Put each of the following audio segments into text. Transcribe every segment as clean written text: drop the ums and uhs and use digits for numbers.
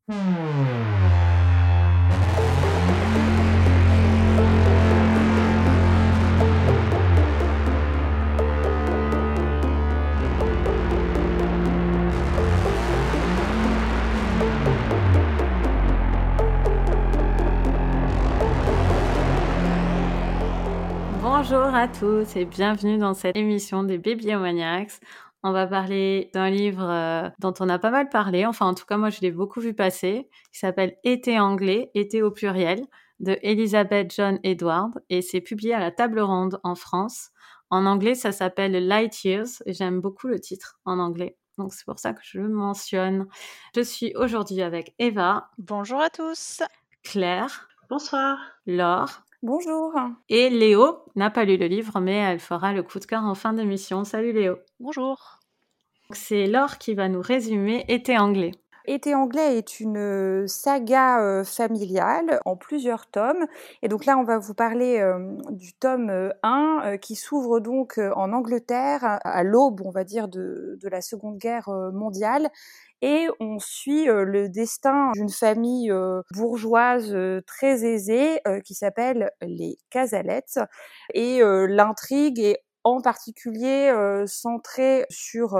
Bonjour à tous et bienvenue dans cette émission des Bibliomaniacs. On va parler d'un livre dont on a pas mal parlé, enfin en tout cas moi je l'ai beaucoup vu passer, qui s'appelle Été anglais, été au pluriel, de Elizabeth John Edward, et c'est publié à la Table Ronde en France. En anglais ça s'appelle Light Years et j'aime beaucoup le titre en anglais, donc c'est pour ça que je le mentionne. Je suis aujourd'hui avec Eva. Bonjour à tous. Claire. Bonsoir. Laure. Bonjour. Et Léo n'a pas lu le livre, mais elle fera le coup de cœur en fin d'émission. Salut Léo. Bonjour. C'est Laure qui va nous résumer Été anglais. Été anglais est une saga familiale en plusieurs tomes. Et donc là, on va vous parler du tome 1 qui s'ouvre donc en Angleterre à l'aube, on va dire, de la Seconde Guerre mondiale. Et on suit le destin d'une famille bourgeoise très aisée qui s'appelle les Casalettes. Et l'intrigue est en particulier centrée sur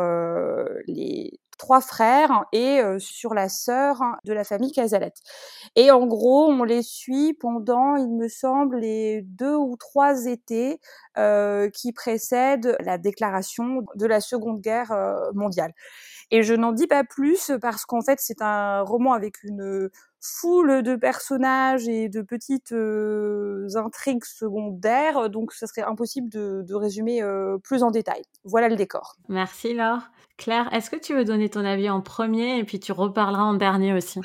les 3 frères et sur la sœur de la famille Casalette. Et en gros, on les suit pendant, il me semble, les 2 ou 3 étés qui précèdent la déclaration de la Seconde Guerre mondiale. Et je n'en dis pas plus parce qu'en fait, c'est un roman avec une foule de personnages et de petites intrigues secondaires, donc ce serait impossible de résumer plus en détail. Voilà le décor. Merci Laure. Claire, est-ce que tu veux donner ton avis en premier et puis tu reparleras en dernier aussi?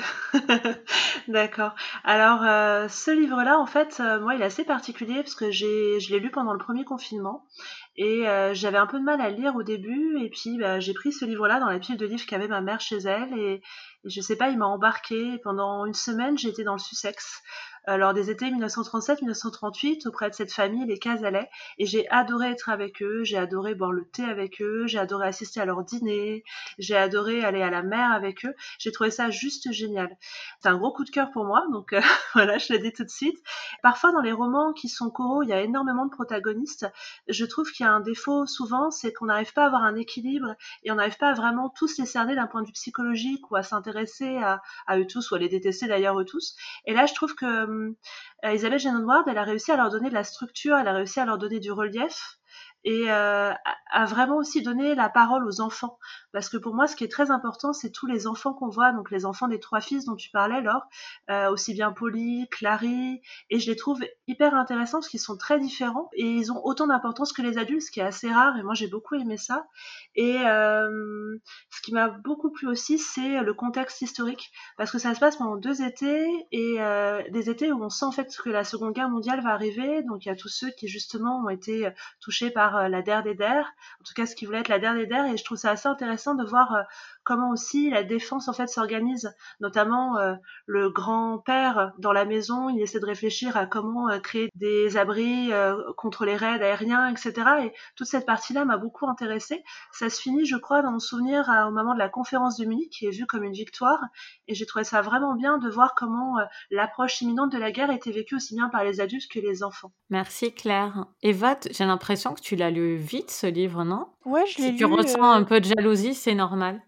D'accord. Alors, ce livre-là, en fait, moi, il est assez particulier parce que je l'ai lu pendant le premier confinement et j'avais un peu de mal à le lire au début et puis j'ai pris ce livre-là dans la pile de livres qu'avait ma mère chez elle et je sais pas, il m'a embarquée. Pendant une semaine, j'étais dans le Sussex lors des étés 1937-1938 auprès de cette famille, les Casalets, et j'ai adoré être avec eux, j'ai adoré boire le thé avec eux, j'ai adoré assister à leur dîner, j'ai adoré aller à la mer avec eux. J'ai trouvé ça juste génial. C'est un gros coup de cœur pour moi, donc voilà, je le dis tout de suite. Parfois, dans les romans qui sont coraux, il y a énormément de protagonistes. Je trouve qu'il y a un défaut souvent, c'est qu'on n'arrive pas à avoir un équilibre et on n'arrive pas à vraiment tous les cerner d'un point de vue psychologique ou à s'intéresser à eux tous ou à les détester d'ailleurs eux tous. Et là, je trouve que Isabelle Jane Edward, elle a réussi à leur donner de la structure, elle a réussi à leur donner du relief et à vraiment aussi donner la parole aux enfants. Parce que pour moi, ce qui est très important, c'est tous les enfants qu'on voit, donc les enfants des 3 fils dont tu parlais, Laure, aussi bien Polly, Clary, et je les trouve hyper intéressants parce qu'ils sont très différents et ils ont autant d'importance que les adultes, ce qui est assez rare, et moi j'ai beaucoup aimé ça. Et ce qui m'a beaucoup plu aussi, c'est le contexte historique, parce que ça se passe pendant 2 étés, et des étés où on sent en fait que la Seconde Guerre mondiale va arriver, donc il y a tous ceux qui justement ont été touchés par la Der des Der, en tout cas ce qui voulait être la Der des Der, et je trouve ça assez intéressant de voir comment aussi la défense en fait s'organise, notamment le grand-père dans la maison, il essaie de réfléchir à comment créer des abris contre les raids aériens, etc. Et toute cette partie-là m'a beaucoup intéressée. Ça se finit, je crois, dans mon souvenir au moment de la conférence de Munich, qui est vue comme une victoire, et j'ai trouvé ça vraiment bien de voir comment l'approche imminente de la guerre était vécue aussi bien par les adultes que les enfants. Merci Claire. Eva, j'ai l'impression que tu l'as lu vite ce livre, non? Ouais, je l'ai Si tu lu. ressens un peu de jalousie, c'est normal.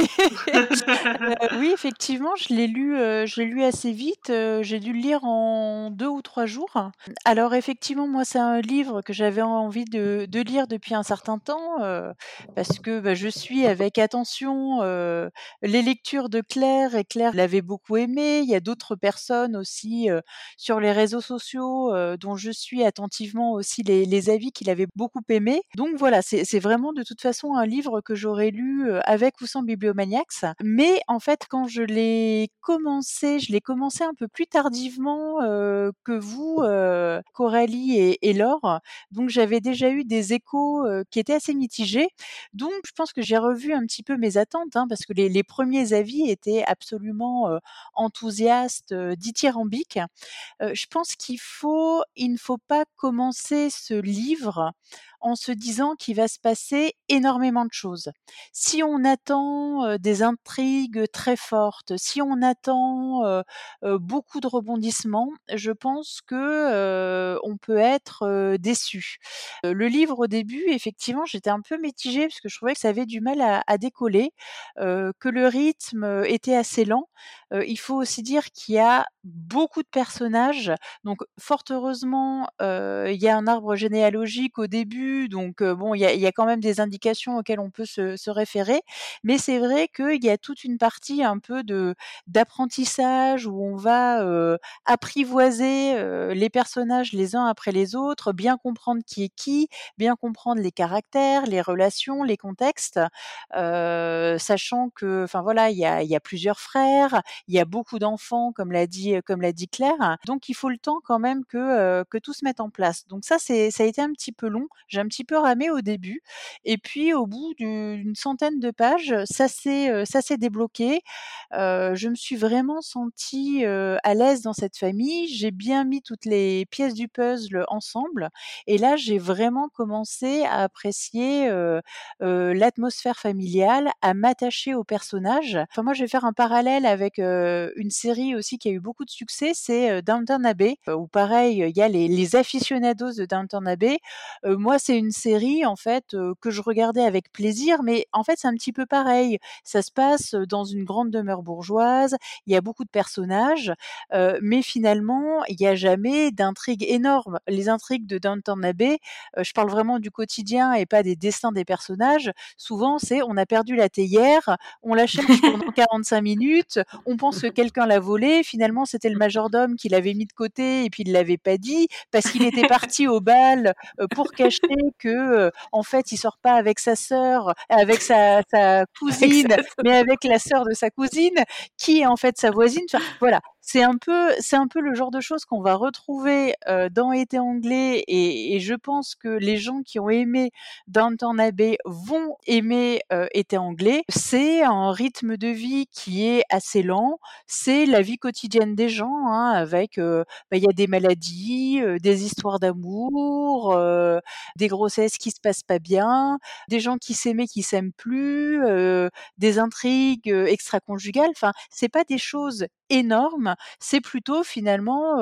Oui, effectivement, je l'ai lu assez vite. J'ai dû le lire en 2 ou 3 jours. Alors effectivement, moi, c'est un livre que j'avais envie de lire depuis un certain temps, parce que, je suis avec attention, les lectures de Claire, et Claire l'avait beaucoup aimé. Il y a d'autres personnes aussi, sur les réseaux sociaux, dont je suis attentivement aussi les avis qu'il avait beaucoup aimés. Donc voilà, c'est vraiment de toute façon un livre que j'aurais lu, avec ou sans Bibliomaniacs. Mais en fait, quand je l'ai commencé un peu plus tardivement, que vous, Coralie et Laure. Donc j'avais déjà eu des échos, qui étaient assez mitigés. Donc je pense que j'ai revu un petit peu mes attentes, hein, parce que les premiers avis étaient absolument, enthousiastes, dithyrambiques. Je pense il ne faut pas commencer ce livre en se disant qu'il va se passer énormément de choses. Si on attend des intrigues très fortes, si on attend beaucoup de rebondissements, je pense que on peut être déçu. Le livre au début, effectivement, j'étais un peu mitigée parce que je trouvais que ça avait du mal à décoller, que le rythme était assez lent. Il faut aussi dire qu'il y a beaucoup de personnages, donc fort heureusement, il y a un arbre généalogique au début, donc bon, il y a quand même des indications auxquelles on peut se référer. Mais c'est vrai qu'il y a toute une partie un peu d'apprentissage où on va, apprivoiser, les personnages les uns après les autres, bien comprendre qui est qui, bien comprendre les caractères, les relations, les contextes, sachant que, enfin voilà, il y a plusieurs frères, il y a beaucoup d'enfants comme l'a dit Claire, donc il faut le temps quand même que tout se mette en place. Donc ça a été un petit peu long, j'ai un petit peu ramé au début et puis au bout d'une centaine de pages, ça s'est débloqué. Je me suis vraiment sentie, à l'aise dans cette famille. J'ai bien mis toutes les pièces du puzzle ensemble et là, j'ai vraiment commencé à apprécier, l'atmosphère familiale, à m'attacher aux personnages. Enfin moi, je vais faire un parallèle avec, une série aussi qui a eu beaucoup de succès, c'est, Downton Abbey, où pareil, il y a les aficionados de Downton Abbey. Moi, c'est une série en fait, que je regardais avec plaisir, mais en fait, c'est un petit peu pareil. Ça se passe, dans une grande demeure bourgeoise, il y a beaucoup de personnages, mais finalement, il y a jamais d'intrigue énorme. Les intrigues de Downton Abbey, je parle vraiment du quotidien et pas des destins des personnages. Souvent, c'est on a perdu la théière, on la cherche pendant 45 minutes, on pense que quelqu'un l'a volée, finalement c'était le majordome qui l'avait mis de côté et puis il l'avait pas dit parce qu'il était parti au bal pour cacher que en fait il sort pas avec sa sœur, avec sa cousine, mais avec la sœur de sa cousine qui est en fait sa voisine. Enfin, voilà, c'est un peu le genre de choses qu'on va retrouver dans Été anglais et je pense que les gens qui ont aimé Downton Abbey vont aimer Été anglais. C'est un rythme de vie qui est assez lent, c'est la vie quotidienne des gens, hein, avec il y a des maladies, des histoires d'amour, des grossesses qui se passent pas bien, des gens qui s'aimaient qui s'aiment plus, des intrigues extra-conjugales. Enfin, c'est pas des choses énormes, c'est plutôt finalement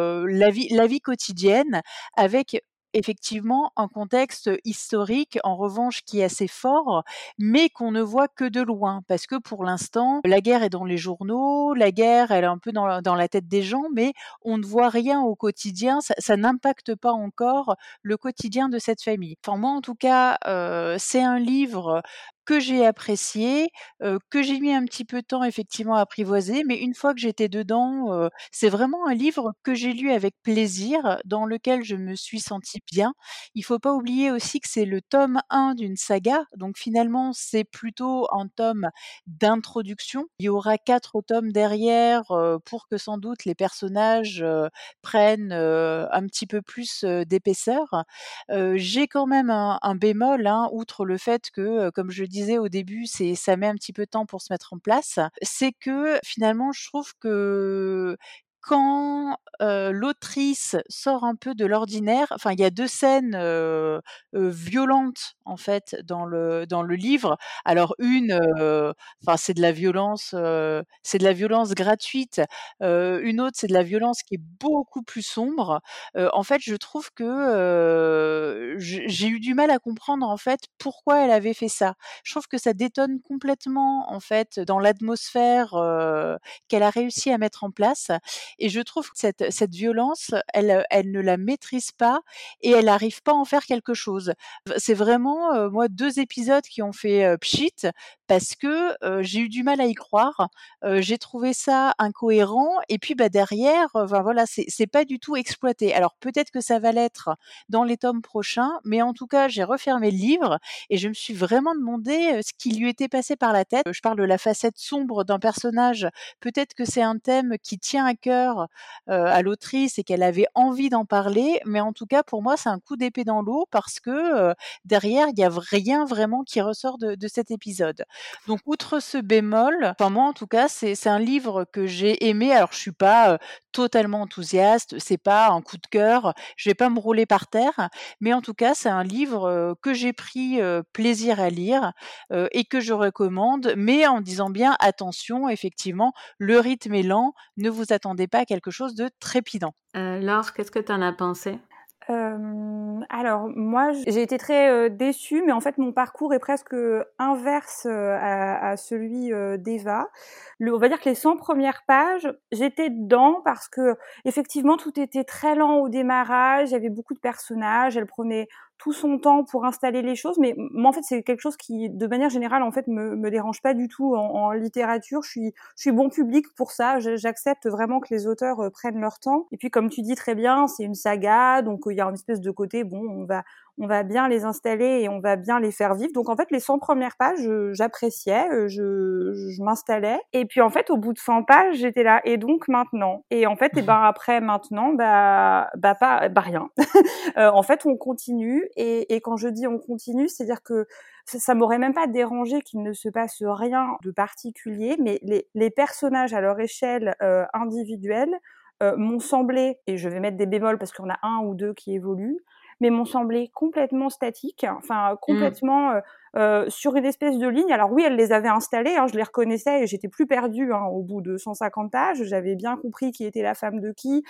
la vie quotidienne avec effectivement un contexte historique en revanche qui est assez fort, mais qu'on ne voit que de loin parce que pour l'instant, la guerre est dans les journaux, la guerre elle est un peu dans la tête des gens, mais on ne voit rien au quotidien, ça n'impacte pas encore le quotidien de cette famille. Enfin moi en tout cas, c'est un livre que j'ai apprécié, que j'ai mis un petit peu de temps effectivement à apprivoiser, mais une fois que j'étais dedans, c'est vraiment un livre que j'ai lu avec plaisir, dans lequel je me suis sentie bien. Il faut pas oublier aussi que c'est le tome 1 d'une saga, donc finalement c'est plutôt un tome d'introduction. Il y aura 4 tomes derrière, pour que sans doute les personnages, prennent, un petit peu plus, d'épaisseur. J'ai quand même un bémol, hein, outre le fait que, comme je disais au début, ça met un petit peu de temps pour se mettre en place. C'est que finalement, je trouve que quand, l'autrice sort un peu de l'ordinaire, enfin, il y a 2 scènes, violentes, en fait, dans le livre. Alors une, enfin, c'est de la violence gratuite, une autre, c'est de la violence qui est beaucoup plus sombre. En fait, je trouve que, j'ai eu du mal à comprendre, en fait, pourquoi elle avait fait ça. Je trouve que ça détonne complètement, en fait, dans l'atmosphère, qu'elle a réussi à mettre en place et je trouve que cette violence, elle ne la maîtrise pas et elle n'arrive pas à en faire quelque chose. C'est vraiment, moi 2 épisodes qui ont fait, pchit parce que, j'ai eu du mal à y croire. J'ai trouvé ça incohérent et puis, bah, derrière, enfin voilà, c'est pas du tout exploité. Alors peut-être que ça va l'être dans les tomes prochains, mais en tout cas, j'ai refermé le livre et je me suis vraiment demandé, ce qui lui était passé par la tête. Je parle de la facette sombre d'un personnage. Peut-être que c'est un thème qui tient à cœur, à l'autrice et qu'elle avait envie d'en parler, mais en tout cas, pour moi, c'est un coup d'épée dans l'eau parce que, derrière, il y a rien vraiment qui ressort de cet épisode. Donc outre ce bémol, enfin moi en tout cas, c'est un livre que j'ai aimé. Alors je suis pas, totalement enthousiaste, c'est pas un coup de cœur, je vais pas me rouler par terre, mais en tout cas, c'est un livre, que j'ai pris, plaisir à lire, et que je recommande, mais en disant bien: «Attention, effectivement, le rythme est lent, ne vous attendez pas à quelque chose de trépidant». Laure, qu'est-ce que tu en as pensé? Alors moi, j'ai été très, déçue, mais en fait mon parcours est presque, inverse, à celui, d'Eva. On va dire que les 100 premières pages, j'étais dedans parce qu'effectivement tout était très lent au démarrage, il y avait beaucoup de personnages, elle prenait tout son temps pour installer les choses, mais moi en fait c'est quelque chose qui, de manière générale, en fait me dérange pas du tout en littérature. Je suis bon public pour ça. J'accepte vraiment que les auteurs, prennent leur temps. Et puis comme tu dis très bien, c'est une saga, donc il y a une espèce de côté, bon, on va bien les installer et on va bien les faire vivre. Donc en fait les 100 premières pages, j'appréciais, je m'installais. Et puis en fait au bout de 100 pages, j'étais là, et donc maintenant? Et en fait, et ben après maintenant, rien. En fait, on continue, et quand je dis on continue, c'est-à-dire que ça m'aurait même pas dérangé qu'il ne se passe rien de particulier, mais les personnages à leur échelle individuelle m'ont semblé, et je vais mettre des bémols parce qu'il y en a un ou deux qui évoluent, mais m'ont semblé complètement statiques, enfin complètement sur une espèce de ligne. Alors oui, elle les avait installés, je les reconnaissais et j'étais plus perdue au bout de 150 pages. J'avais bien compris qui était la femme de qui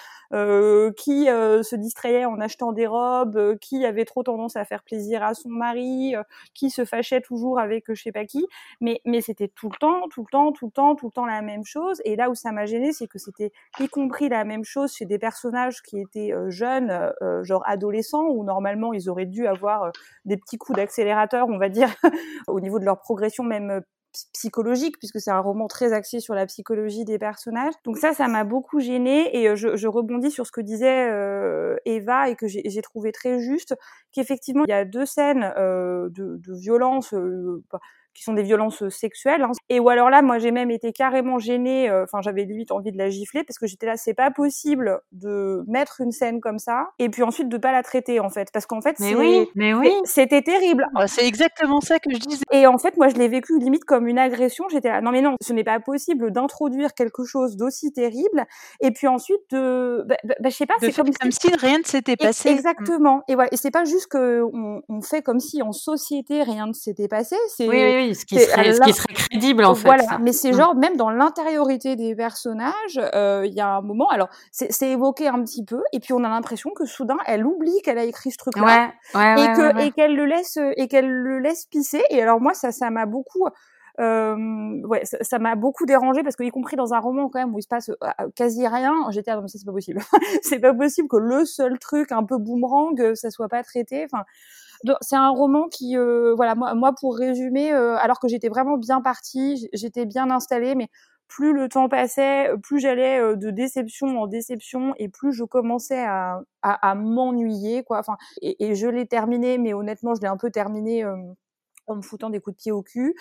se distrayait en achetant des robes, qui avait trop tendance à faire plaisir à son mari, qui se fâchait toujours avec je sais pas qui. Mais c'était tout le temps la même chose. Et là où ça m'a gênée, c'est que c'était y compris la même chose chez des personnages qui étaient jeunes, genre adolescents, où normalement ils auraient dû avoir des petits coups d'accélérateur, on va dire, au niveau de leur progression même psychologique, puisque c'est un roman très axé sur la psychologie des personnages. Donc ça m'a beaucoup gênée, et je rebondis sur ce que disait Eva, et que j'ai trouvé très juste, qu'effectivement il y a 2 scènes de violence qui sont des violences sexuelles, et ou alors là, moi j'ai même été carrément gênée, j'avais limite envie de la gifler, parce que j'étais là, c'est pas possible de mettre une scène comme ça et puis ensuite de pas la traiter, en fait, parce qu'en fait Mais oui. c'était terrible. C'est exactement ça que je disais. Et en fait, moi, je l'ai vécu limite comme une agression. J'étais là, non mais non, ce n'est pas possible d'introduire quelque chose d'aussi terrible, et puis ensuite je sais pas, De c'est faire comme si rien ne s'était passé. Exactement. Et voilà. Et c'est pas juste que on fait comme si en société rien ne s'était passé. Oui, ce qui serait crédible en fait. Voilà. Ça. Mais c'est genre même dans l'intériorité des personnages, il y a un moment. Alors c'est évoqué un petit peu, et puis on a l'impression que soudain elle oublie qu'elle a écrit ce truc-là, et qu'elle le laisse pisser. Et alors moi ça m'a beaucoup ça m'a beaucoup dérangée, parce que y compris dans un roman quand même où il se passe quasi rien, j'étais non mais ça c'est pas possible. C'est pas possible que le seul truc un peu boomerang ça soit pas traité. Donc, c'est un roman qui moi pour résumer, alors que j'étais vraiment bien partie, j'étais bien installée, mais plus le temps passait, plus j'allais de déception en déception, et plus je commençais à m'ennuyer, quoi. Et je l'ai terminé, mais honnêtement je l'ai un peu terminé en me foutant des coups de pied au cul.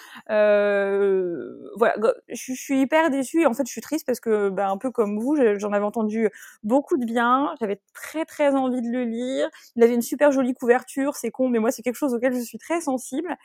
Voilà, je suis hyper déçue, et en fait je suis triste parce que un peu comme vous, j'en avais entendu beaucoup de bien, j'avais très très envie de le lire. Il avait une super jolie couverture, c'est con, mais moi c'est quelque chose auquel je suis très sensible,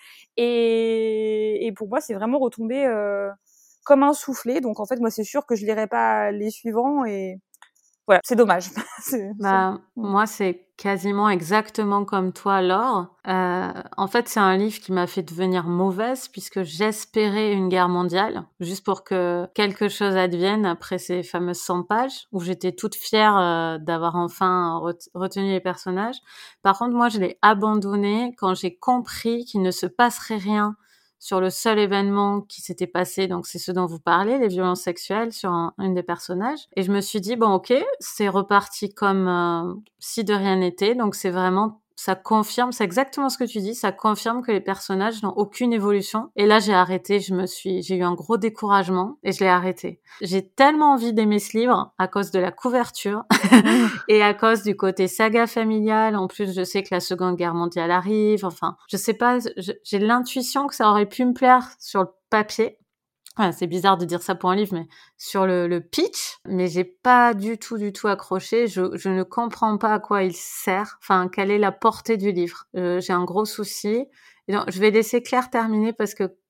et pour moi c'est vraiment retombé comme un soufflé. Donc en fait moi c'est sûr que je lirai pas les suivants, et voilà, c'est dommage. Moi, c'est quasiment exactement comme toi, Laure. En fait, c'est un livre qui m'a fait devenir mauvaise, puisque j'espérais une guerre mondiale, juste pour que quelque chose advienne après ces fameuses 100 pages, où j'étais toute fière d'avoir enfin retenu les personnages. Par contre, moi, je l'ai abandonné quand j'ai compris qu'il ne se passerait rien sur le seul événement qui s'était passé, donc c'est ce dont vous parlez, les violences sexuelles sur une des personnages. Et je me suis dit, bon ok, c'est reparti comme si de rien n'était, donc c'est vraiment, ça confirme, c'est exactement ce que tu dis, ça confirme que les personnages n'ont aucune évolution. Et là j'ai arrêté, j'ai eu un gros découragement et je l'ai arrêté. J'ai tellement envie d'aimer ce livre à cause de la couverture et à cause du côté saga familiale. En plus, je sais que la Seconde Guerre mondiale arrive. Enfin, je sais pas, j'ai l'intuition que ça aurait pu me plaire sur le papier. Enfin, c'est bizarre de dire ça pour un livre, mais sur le pitch, mais j'ai pas du tout accroché. Je ne comprends pas à quoi il sert. Enfin, quelle est la portée du livre. J'ai un gros souci. Et donc, je vais laisser Claire terminer, parce que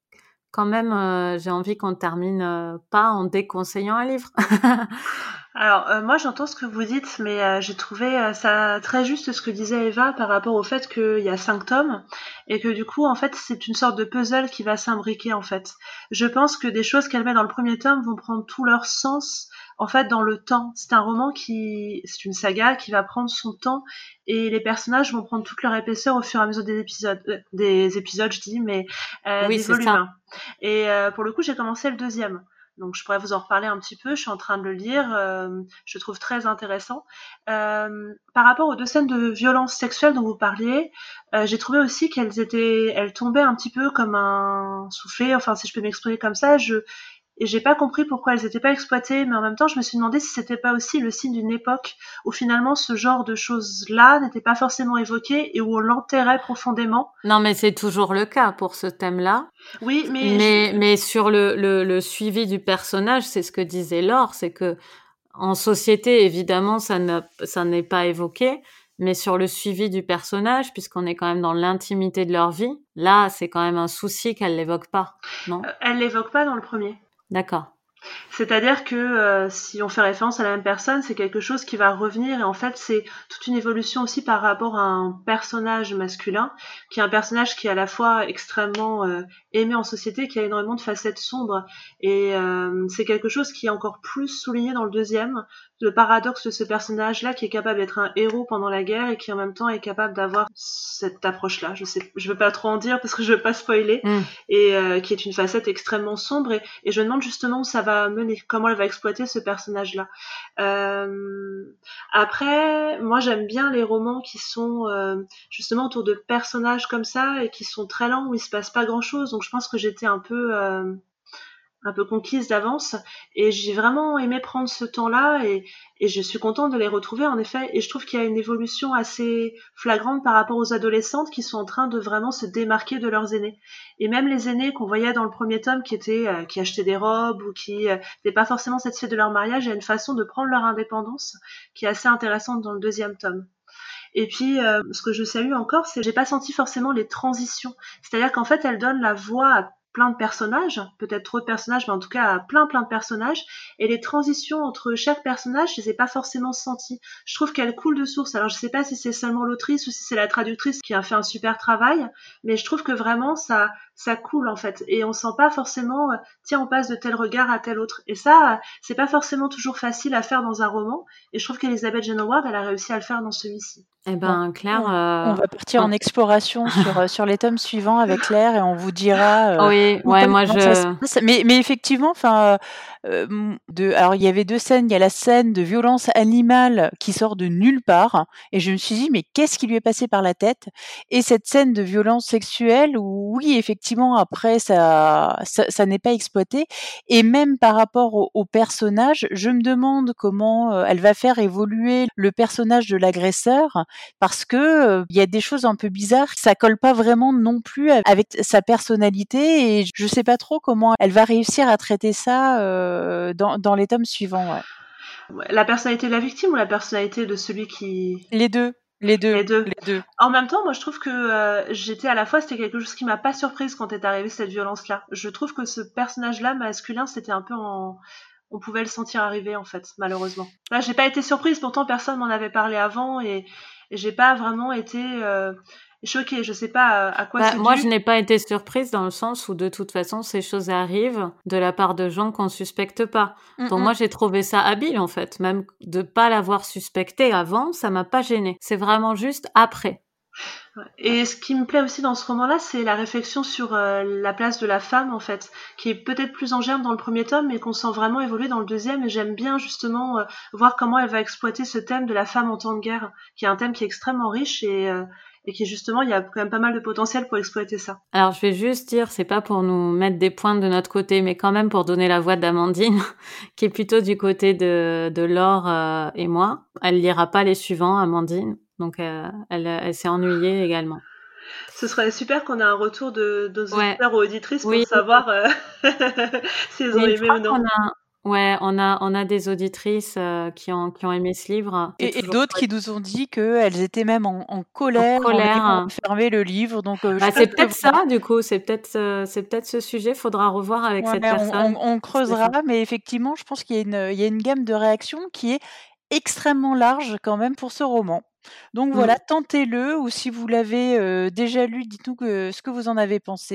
Quand même, j'ai envie qu'on termine pas en déconseillant un livre. Alors, moi, j'entends ce que vous dites, mais j'ai trouvé ça très juste ce que disait Eva par rapport au fait qu'il y a 5 tomes et que du coup, en fait, c'est une sorte de puzzle qui va s'imbriquer, en fait. Je pense que des choses qu'elle met dans le premier tome vont prendre tout leur sens, en fait, dans le temps. C'est une saga qui va prendre son temps et les personnages vont prendre toute leur épaisseur au fur et à mesure des épisodes, je dis, mais Oui, des c'est volumes, ça. hein. Et pour le coup, j'ai commencé le deuxième. Donc je pourrais vous en reparler un petit peu, je suis en train de le lire, je le trouve très intéressant. Par rapport aux 2 scènes de violence sexuelle dont vous parliez, j'ai trouvé aussi elles tombaient un petit peu comme un soufflet, enfin si je peux m'exprimer comme ça, et j'ai pas compris pourquoi elles étaient pas exploitées, mais en même temps je me suis demandé si c'était pas aussi le signe d'une époque où finalement ce genre de choses-là n'était pas forcément évoqué et où on l'enterrait profondément. Non, mais c'est toujours le cas pour ce thème-là. Oui, Mais sur le suivi du personnage, c'est ce que disait Laure, c'est que en société, évidemment, ça n'est pas évoqué, mais sur le suivi du personnage, puisqu'on est quand même dans l'intimité de leur vie, là, c'est quand même un souci qu'elle l'évoque pas, non? elle l'évoque pas dans le premier. D'accord. C'est-à-dire que si on fait référence à la même personne, c'est quelque chose qui va revenir et en fait c'est toute une évolution aussi par rapport à un personnage masculin, qui est un personnage qui est à la fois extrêmement aimé en société, qui a énormément de facettes sombres et c'est quelque chose qui est encore plus souligné dans le deuxième, le paradoxe de ce personnage-là qui est capable d'être un héros pendant la guerre et qui en même temps est capable d'avoir cette approche-là. Je veux pas trop en dire parce que je veux pas spoiler et qui est une facette extrêmement sombre et je me demande justement où ça va mener, comment elle va exploiter ce personnage-là. Après, moi j'aime bien les romans qui sont justement autour de personnages comme ça et qui sont très lents où il se passe pas grand-chose. Donc je pense que j'étais un peu conquise d'avance et j'ai vraiment aimé prendre ce temps-là et je suis contente de les retrouver en effet et je trouve qu'il y a une évolution assez flagrante par rapport aux adolescentes qui sont en train de vraiment se démarquer de leurs aînés et même les aînés qu'on voyait dans le premier tome qui achetaient des robes ou qui n'étaient pas forcément satisfaits de leur mariage, il y a une façon de prendre leur indépendance qui est assez intéressante dans le deuxième tome. Et puis, ce que je salue encore, c'est que j'ai pas senti forcément les transitions. C'est-à-dire qu'en fait, elle donne la voix à plein de personnages, peut-être trop de personnages, mais en tout cas à plein de personnages, et les transitions entre chaque personnage, je les ai pas forcément senties. Je trouve qu'elles coulent de source. Alors je sais pas si c'est seulement l'autrice ou si c'est la traductrice qui a fait un super travail, mais je trouve que vraiment ça coule en fait, et on sent pas forcément, tiens, on passe de tel regard à tel autre. Et ça, c'est pas forcément toujours facile à faire dans un roman, et je trouve qu'Elizabeth Jane Howard, elle a réussi à le faire dans celui-ci. Eh ben, Claire, on va partir en exploration sur les tomes suivants avec Claire et on vous dira oui, ouais, moi ça se passe. Mais effectivement, alors il y avait 2 scènes. Il y a la scène de violence animale qui sort de nulle part et je me suis dit mais qu'est-ce qui lui est passé par la tête? Et cette scène de violence sexuelle où oui, effectivement, après ça n'est pas exploité et même par rapport au personnage, je me demande comment elle va faire évoluer le personnage de l'agresseur parce que il y a des choses un peu bizarres, ça colle pas vraiment non plus avec sa personnalité et je sais pas trop comment elle va réussir à traiter ça dans les tomes suivants. Ouais. La personnalité de la victime ou la personnalité de celui qui... Les deux. Les deux. En même temps, moi je trouve que j'étais à la fois, c'était quelque chose qui m'a pas surprise quand est arrivée cette violence-là. Je trouve que ce personnage-là masculin, c'était un peu on pouvait le sentir arriver en fait, malheureusement. Là, j'ai pas été surprise, pourtant personne m'en avait parlé avant et j'ai pas vraiment été choquée. Je sais pas à quoi c'est dû. Moi, je n'ai pas été surprise dans le sens où de toute façon, ces choses arrivent de la part de gens qu'on suspecte pas. Donc moi, j'ai trouvé ça habile en fait, même de pas l'avoir suspecté avant, ça m'a pas gênée. C'est vraiment juste après. Et ce qui me plaît aussi dans ce roman-là, c'est la réflexion sur la place de la femme, en fait, qui est peut-être plus en germe dans le premier tome, mais qu'on sent vraiment évoluer dans le deuxième. Et j'aime bien justement voir comment elle va exploiter ce thème de la femme en temps de guerre, qui est un thème qui est extrêmement riche et qui justement, il y a quand même pas mal de potentiel pour exploiter ça. Alors, je vais juste dire, c'est pas pour nous mettre des pointes de notre côté, mais quand même pour donner la voix d'Amandine, qui est plutôt du côté de Laure et moi. Elle lira pas les suivants, Amandine. Donc, elle s'est ennuyée également. Ce serait super qu'on ait un retour de nos auditeurs ou auditrices pour savoir s'ils ont aimé ou non. Ouais, on a des auditrices qui ont aimé ce livre. C'est Et toujours d'autres qui nous ont dit qu'elles étaient même en en colère en ayant colère. fermé le livre, donc je Bah, peux c'est te peut-être voir. ça, du coup, c'est peut-être ce sujet. Faudra revoir avec Ouais, cette on personne. on Parce que creusera, mais effectivement, je pense qu'il y a une gamme de réactions qui est extrêmement large quand même pour ce roman. Donc voilà, tentez-le ou si vous l'avez, déjà lu, dites-nous ce que vous en avez pensé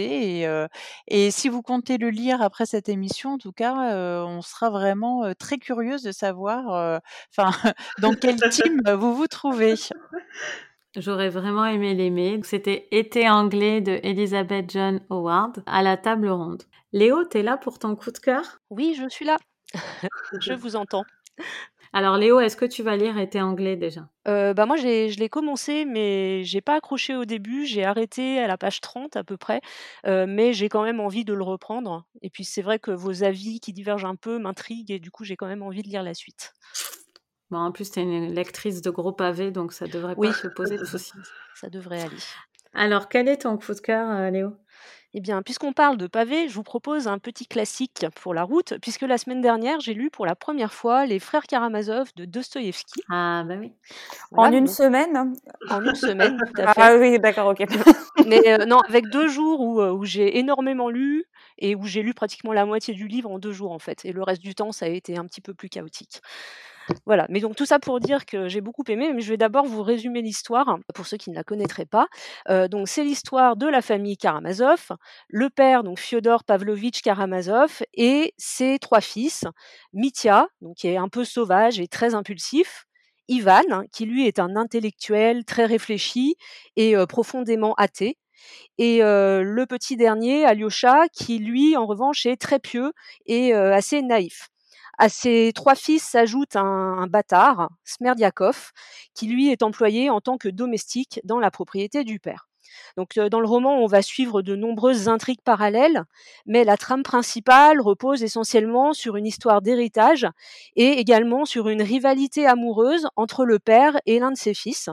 et si vous comptez le lire après cette émission, en tout cas, on sera vraiment, très curieuse de savoir, enfin, dans quel team, vous vous trouvez. J'aurais vraiment aimé l'aimer. C'était Été anglais de Elizabeth John Howard à la table ronde. Léo, t'es là pour ton coup de cœur? Oui, je suis là. Je vous entends. Alors Léo, est-ce que tu vas lire Été anglais déjà? Moi je l'ai commencé, mais j'ai pas accroché au début. J'ai arrêté à la page 30 à peu près, mais j'ai quand même envie de le reprendre et puis c'est vrai que vos avis qui divergent un peu m'intriguent et du coup j'ai quand même envie de lire la suite. Bon, en plus, t'es une lectrice de gros pavés, donc ça devrait Oui, pas te poser de soucis. ça devrait aller. Alors, quel est ton coup de cœur, Léo? Eh bien, puisqu'on parle de pavés, je vous propose un petit classique pour la route, puisque la semaine dernière, j'ai lu pour la première fois Les Frères Karamazov de Dostoïevski. Ah bah oui. En Voilà, une donc semaine? en une semaine, tout à fait. Ah oui, d'accord, OK. Mais non, avec 2 jours où j'ai énormément lu et où j'ai lu pratiquement la moitié du livre en 2 jours, en fait et le reste du temps, ça a été un petit peu plus chaotique. Voilà, mais donc tout ça pour dire que j'ai beaucoup aimé, mais je vais d'abord vous résumer l'histoire, pour ceux qui ne la connaîtraient pas. Donc c'est l'histoire de la famille Karamazov, le père donc Fyodor Pavlovitch Karamazov et ses 3 fils, Mitya, donc qui est un peu sauvage et très impulsif, Ivan, qui lui est un intellectuel très réfléchi et profondément athée et le petit dernier, Alyosha, qui lui, en revanche, est très pieux et assez naïf. À ses 3 fils s'ajoute un bâtard, Smerdiakov, qui lui est employé en tant que domestique dans la propriété du père. Donc dans le roman, on va suivre de nombreuses intrigues parallèles, mais la trame principale repose essentiellement sur une histoire d'héritage et également sur une rivalité amoureuse entre le père et l'un de ses fils.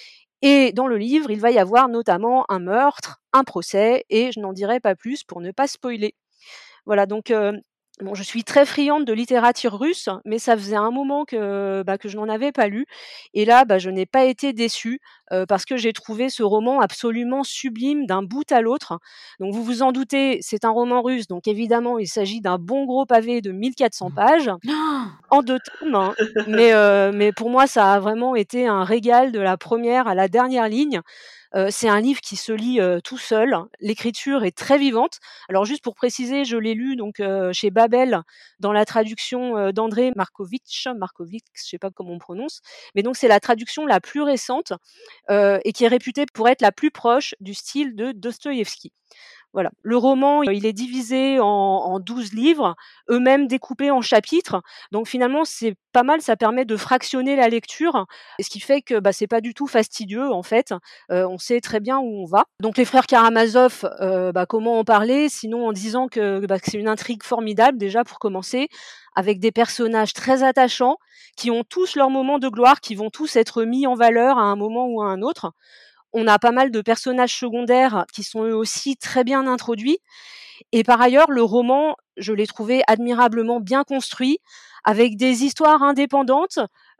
Et dans le livre, il va y avoir notamment un meurtre, un procès, et je n'en dirai pas plus pour ne pas spoiler. Voilà, donc bon, je suis très friande de littérature russe, mais ça faisait un moment que je n'en avais pas lu. Et là, je n'ai pas été déçue parce que j'ai trouvé ce roman absolument sublime d'un bout à l'autre. Donc vous vous en doutez, c'est un roman russe, donc évidemment, il s'agit d'un bon gros pavé de 1400 pages en 2 tomes, hein. Mais pour moi, ça a vraiment été un régal de la première à la dernière ligne. C'est un livre qui se lit, tout seul. L'écriture est très vivante. Alors juste pour préciser, je l'ai lu donc, chez Babel dans la traduction, d'André Markovitch, je sais pas comment on prononce, mais donc c'est la traduction la plus récente, et qui est réputée pour être la plus proche du style de Dostoïevski. Voilà. Le roman, il est divisé en 12 livres, eux-mêmes découpés en chapitres. Donc finalement, c'est pas mal, ça permet de fractionner la lecture, et ce qui fait que, c'est pas du tout fastidieux en fait. On sait très bien où on va. Donc les frères Karamazov, comment en parler? Sinon en disant que c'est une intrigue formidable déjà pour commencer, avec des personnages très attachants, qui ont tous leurs moments de gloire, qui vont tous être mis en valeur à un moment ou à un autre. On a pas mal de personnages secondaires qui sont eux aussi très bien introduits et par ailleurs, le roman, je l'ai trouvé admirablement bien construit avec des histoires indépendantes.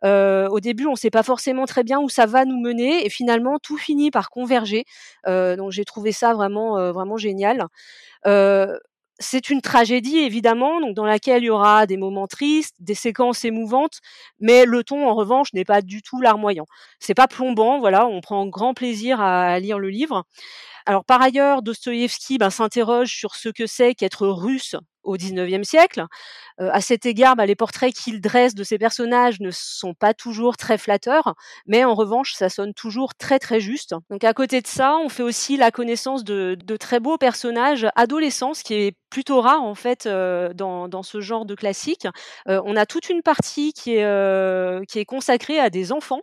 Au début, on ne sait pas forcément très bien où ça va nous mener et finalement tout finit par converger. Donc j'ai trouvé ça vraiment génial. Heu, c'est une tragédie évidemment, donc dans laquelle il y aura des moments tristes, des séquences émouvantes, mais le ton en revanche n'est pas du tout larmoyant. C'est pas plombant, voilà, on prend grand plaisir à lire le livre. Alors par ailleurs, Dostoïevski, s'interroge sur ce que c'est qu'être russe au XIXe siècle. À cet égard, les portraits qu'il dresse de ces personnages ne sont pas toujours très flatteurs, mais en revanche, ça sonne toujours très, très juste. Donc à côté de ça, on fait aussi la connaissance de très beaux personnages adolescents, ce qui est plutôt rare en fait, dans ce genre de classique. On a toute une partie qui est consacrée à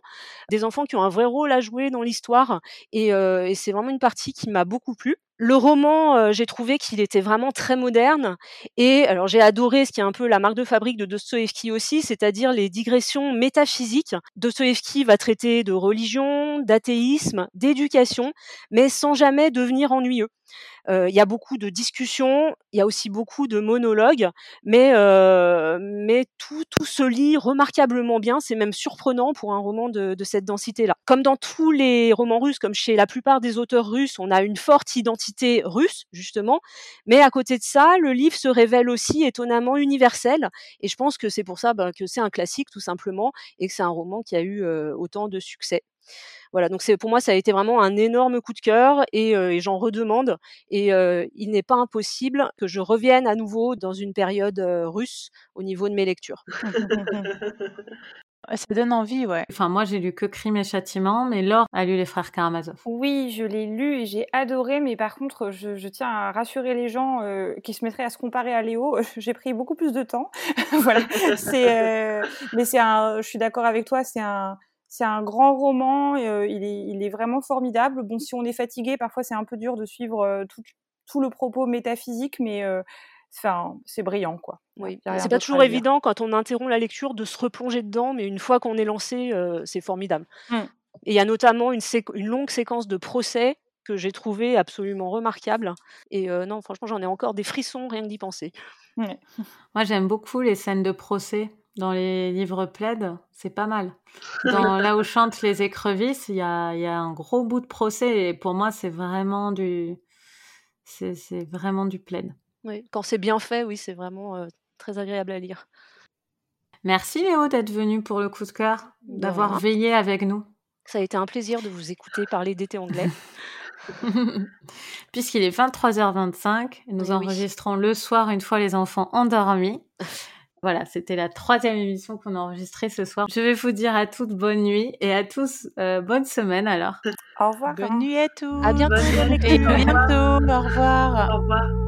des enfants qui ont un vrai rôle à jouer dans l'histoire et c'est vraiment une partie qui m'a beaucoup plu. Le roman, j'ai trouvé qu'il était vraiment très moderne et alors j'ai adoré ce qui est un peu la marque de fabrique de Dostoïevski aussi, c'est-à-dire les digressions métaphysiques. Dostoïevski va traiter de religion, d'athéisme, d'éducation, mais sans jamais devenir ennuyeux. Il y a beaucoup de discussions, il y a aussi beaucoup de monologues, mais tout se lit remarquablement bien. C'est même surprenant pour un roman de cette densité-là. Comme dans tous les romans russes, comme chez la plupart des auteurs russes, on a une forte identité russe, justement, mais à côté de ça, le livre se révèle aussi étonnamment universel, et je pense que c'est pour ça que c'est un classique, tout simplement, et que c'est un roman qui a eu autant de succès. Voilà, donc pour moi, ça a été vraiment un énorme coup de cœur, et j'en redemande, et il n'est pas impossible que je revienne à nouveau dans une période russe au niveau de mes lectures. Ça donne envie, ouais. Enfin, moi, j'ai lu que Crime et Châtiment, mais Laure a lu Les Frères Karamazov. Oui, je l'ai lu et j'ai adoré, mais par contre, je tiens à rassurer les gens qui se mettraient à se comparer à Léo. J'ai pris beaucoup plus de temps. Voilà. Mais je suis d'accord avec toi, c'est un grand roman. Il est vraiment formidable. Bon, si on est fatigué, parfois c'est un peu dur de suivre tout le propos métaphysique, mais c'est brillant, quoi. Oui, c'est pas toujours évident quand on interrompt la lecture de se replonger dedans, mais une fois qu'on est lancé, c'est formidable. Et il y a notamment une longue séquence de procès que j'ai trouvée absolument remarquable. Et non, franchement, j'en ai encore des frissons rien que d'y penser. Ouais. Moi, j'aime beaucoup les scènes de procès dans les livres plaids. C'est pas mal. Là où chantent les écrevisses, il y a un gros bout de procès. Et pour moi, c'est vraiment c'est vraiment du plaid. Oui, quand c'est bien fait, oui, c'est vraiment très agréable à lire. Merci Léo d'être venu pour le coup de cœur, d'avoir veillé avec nous. Ça a été un plaisir de vous écouter parler d'été anglais. Puisqu'il est 23h25, nous enregistrons le soir une fois les enfants endormis. Voilà, c'était la 3e émission qu'on a enregistrée ce soir. Je vais vous dire à toutes bonne nuit et à tous bonne semaine alors. Au revoir. Bonne nuit à tous. À bientôt. Et à bientôt. Au revoir. Au revoir.